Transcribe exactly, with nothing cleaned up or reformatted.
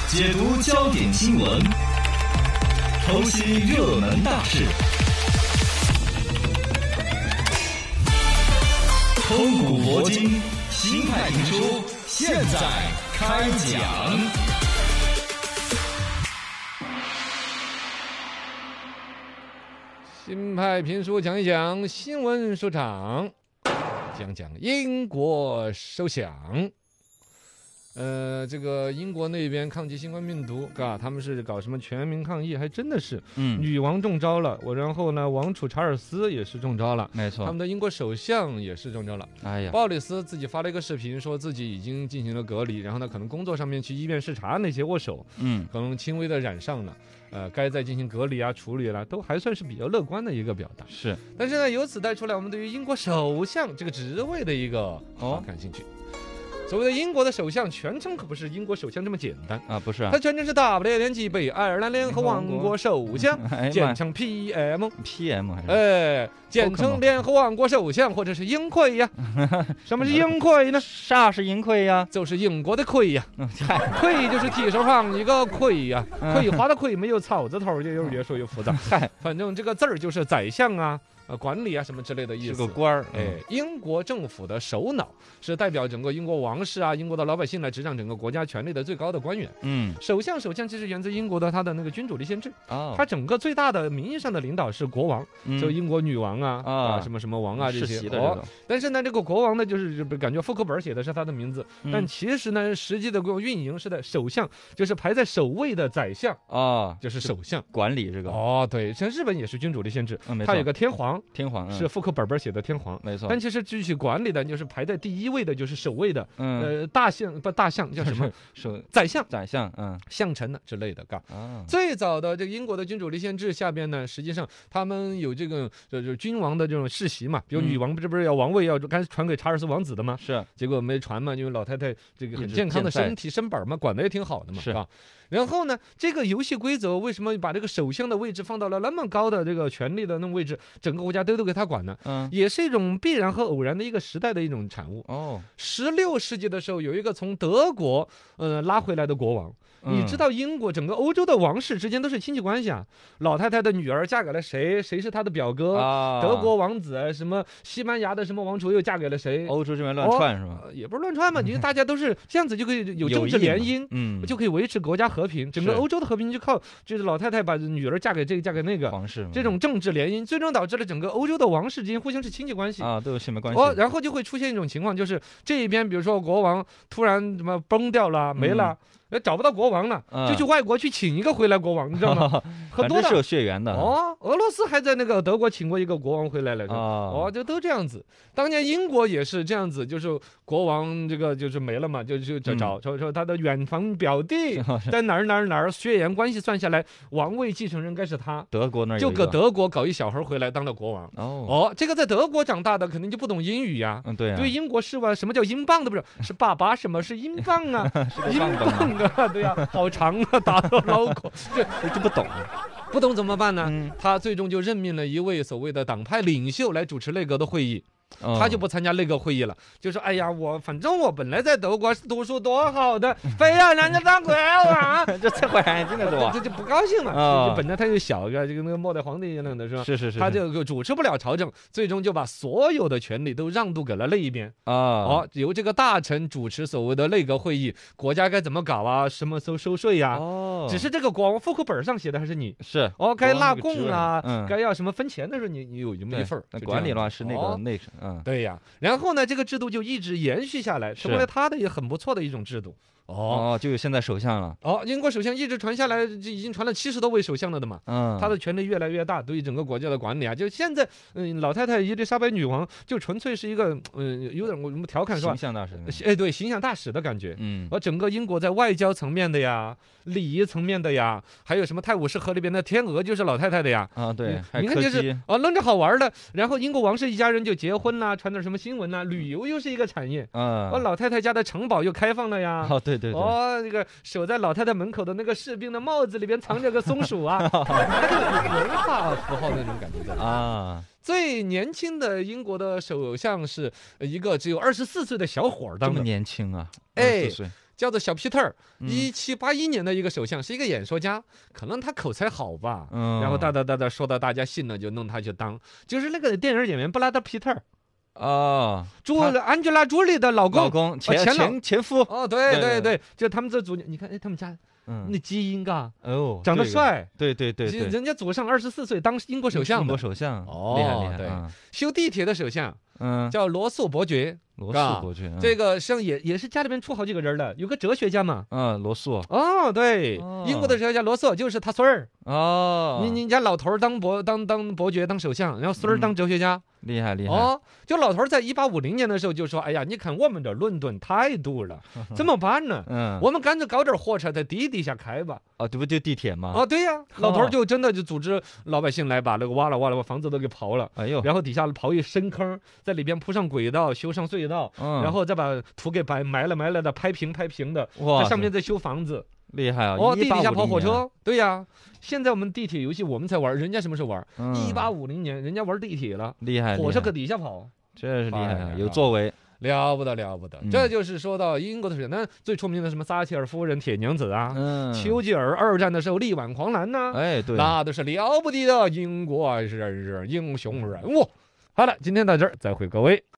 解读焦点新闻，剖析热门大事，通古博今，新派评书，现在开讲。 新派评书讲一讲，新闻说场，讲讲英国首相。呃，这个英国那边抗击新冠病毒，嘎，他们是搞什么全民抗疫，还真的是， 嗯， 女王中招了，我然后呢，王储查尔斯也是中招了， 没错， 他们的英国首相也是中招了。 哎呀， 鲍里斯自己发了一个视频，说自己已经进行了隔离，然后呢，可能工作上面去医院视察那些握手， 嗯， 可能轻微的染上了。呃，该再进行隔离啊、处理了、啊，都还算是比较乐观的一个表达。 是， 但是呢，由此带出来，我们对于英国首相这个职位的一个哦感兴趣。所谓的英国的首相全称可不是英国首相这么简单啊，不是、啊， 它全称是大不列颠及北爱尔兰联合王国首相， 哎、 简称 P M。P M 还是？ 哎，简称联合王国首相或者是英魁呀。什么是英魁呢？ 啥是英魁呀？ 就是英国的魁呀。 嗯， 魁就是提手旁一个魁呀，葵花的葵没有草字头，就有越说越复杂。 嗨， 反正这个字儿就是宰相啊。呃，管理啊什么之类的意思， 是个官儿。 哎，英国政府的首脑是代表整个英国王室啊、英国的老百姓来执掌整个国家权力的最高的官员。 嗯， 首相，首相其实源自英国的他的那个君主立宪制。 哦， 他整个最大的名义上的领导是国王， 嗯、 就英国女王啊啊什么什么王啊这些。 的这哦， 但是呢，这个国王呢，就是感觉户口本写的是他的名字， 嗯、 但其实呢，实际的运营是的首相，就是排在首位的宰相啊、哦， 就是首相管理这个。 哦，对，像日本也是君主立宪制， 嗯、 他有个天皇， 天皇、嗯、 是。户口本本写的天皇， 没错。 但其实具体管理的，就是排在第一位的，就是首位的， 嗯、 呃，大相不大相叫什么？ 首宰相， 宰相，嗯， 相臣呢之类的，嘎。 啊， 最早的这个英国的君主立宪制下边呢，实际上他们有这个就是君王的这种世袭嘛，比如女王这不是要王位要该传给查尔斯王子的吗？ 是， 结果没传嘛，因为老太太这个很健康的身体身板嘛，管得也挺好的嘛， 是吧？然后呢，这个游戏规则为什么把这个首相的位置放到了那么高的这个权力的那种位置，整个国家都都给他管呢？ 嗯， 也是一种必然和偶然的一个时代的一种产物。 哦， 十六世纪的时候，有一个从德国呃拉回来的国王。你知道英国整个欧洲的王室之间都是亲戚关系啊，老太太的女儿嫁给了谁，谁是她的表哥， 啊、 德国王子，什么西班牙的什么王储又嫁给了谁， 欧洲这边乱窜、哦、是吧？ 也不是乱窜嘛，因为大家都是这样子就可以有政治联姻， 嗯， 就可以维持国家和平。整个欧洲的和平就靠就是老太太把女儿嫁给这个嫁给那个皇室， 这种政治联姻，最终导致了整个欧洲的王室之间互相是亲戚关系啊，都有血脉关系。 哦，然后就会出现一种情况，就是这一边比如说国王突然什么崩掉了没了。嗯呃，找不到国王了， 嗯、 就去外国去请一个回来国王，你知道吗？很多的是有血缘的哦。俄罗斯还在那个德国请过一个国王回来了，哦，哦，就都这样子。当年英国也是这样子，就是国王这个就是没了嘛，就就找找说说他的远房表弟在哪儿哪儿哪儿，血缘关系算下来，王位继承人该是他。 德国那儿就搁德国搞一小孩回来当了国王。 哦哦，这个在德国长大的肯定就不懂英语呀。 嗯，对啊。 对英国是吧？什么叫英镑都不知道，是爸爸，什么是英镑啊？ 英镑。对呀、啊，好长啊，打到脑壳，这这不懂， 不懂怎么办呢？ 嗯、 他最终就任命了一位所谓的党派领袖来主持内阁的会议。 哦、 他就不参加内阁会议了，就说：“哎呀，我反正我本来在德国读书多好的，非要人家当国王， 这这回真的多， 这就不高兴了。 哦、 本来他就小个，就跟那个末代皇帝一样的，是吧？ 是是是， 他就主持不了朝政，最终就把所有的权力都让渡给了那一边啊。 哦，由这个大臣主持所谓的内阁会议，国家该怎么搞啊？什么时候收税呀？ 哦， 只是这个国王户口本上写的还是你是哦，该纳贡啊， 嗯、 该要什么分钱的时候，你你有这么一份儿。 管理的话是那个内省， 嗯，对呀。然后呢，这个制度就一直延续下来，成为了他的也很不错的一种制度。 哦，就有现在首相了。 哦，英国首相一直传下来，就已经传了七十多位首相了的嘛。 嗯， 他的权力越来越大，对于整个国家的管理啊，就现在，嗯，老太太伊丽莎白女王就纯粹是一个，嗯，有点我们调侃说， 形象大使。 哎，对，形象大使的感觉。 嗯， 而整个英国在外交层面的呀，礼仪层面的呀，还有什么泰晤士河里边的天鹅就是老太太的呀。 啊，对， 你看就是啊，弄着好玩的。然后英国王室一家人就结婚啦，传点什么新闻啦，旅游又是一个产业。 啊， 哦，老太太家的城堡又开放了呀。 哦，对对对。 哦，这个。守在老太太门口的那个士兵的帽子里边藏着个松鼠啊，他就有文化符号那种感觉在啊。 最年轻的英国的首相是一个只有二十四岁的小伙儿当的， 这么年轻啊！ 哎， 叫做小皮特儿， 嗯一七八一年的一个首相，是一个演说家，可能他口才好吧， 嗯， 然后哒哒哒哒说到大家信了，就弄他去当，就是那个电影演员布拉德皮特儿， 哦， 朱安吉拉朱莉的老公， 老公前前老前前夫， 哦，对对对对对，就他们这祖，你看，哎，他们家嗯， 那基因嘎， 哦， 长得这个， 帅， 对对对对， 人家祖上二十四岁当英国首相英国的， 首相， 哦厉害厉害， 对嗯修地铁的首相嗯， 叫罗素伯爵， 罗嘎素伯爵，嗯这个像也也是家里边出好几个人的，有个哲学家嘛。 嗯，罗素， 哦，对， 哦英国的哲学家罗素就是他孙儿。 哦， 你你家老头儿当伯当当伯爵当首相，然后孙儿当哲学家。 厉害厉害， 哦，就老头儿在一八五零年的时候就说：“哎呀，你看我们这伦敦太堵了，怎么办呢？ 嗯， 我们干脆搞点火车在地底下开吧。” 哦，这不就地铁吗？ 哦，对呀，老头儿就真的就组织老百姓来把那个挖了挖了，把房子都给刨了。 哎呦， 然后底下刨一深坑，在里边铺上轨道，修上隧道， 嗯然后再把土给埋埋了埋了的，拍平拍平的， 哇在上面再修房子。 厉害啊！ 哦，地底下一八五零年， 跑火车，对呀。现在我们地铁游戏我们才玩，人家什么时候玩？ 嗯一八五零年，人家玩地铁了， 厉害，厉害火车搁底下跑， 这是厉害啊， 哎呀有作为， 了不得了不得。 嗯这就是说到英国的水，那最出名的什么撒切尔夫人、铁娘子啊， 嗯， 丘吉尔二战的时候力挽狂澜呐， 哎，对， 那都是了不得的英国人英雄人物。好了，今天到这儿，再会各位。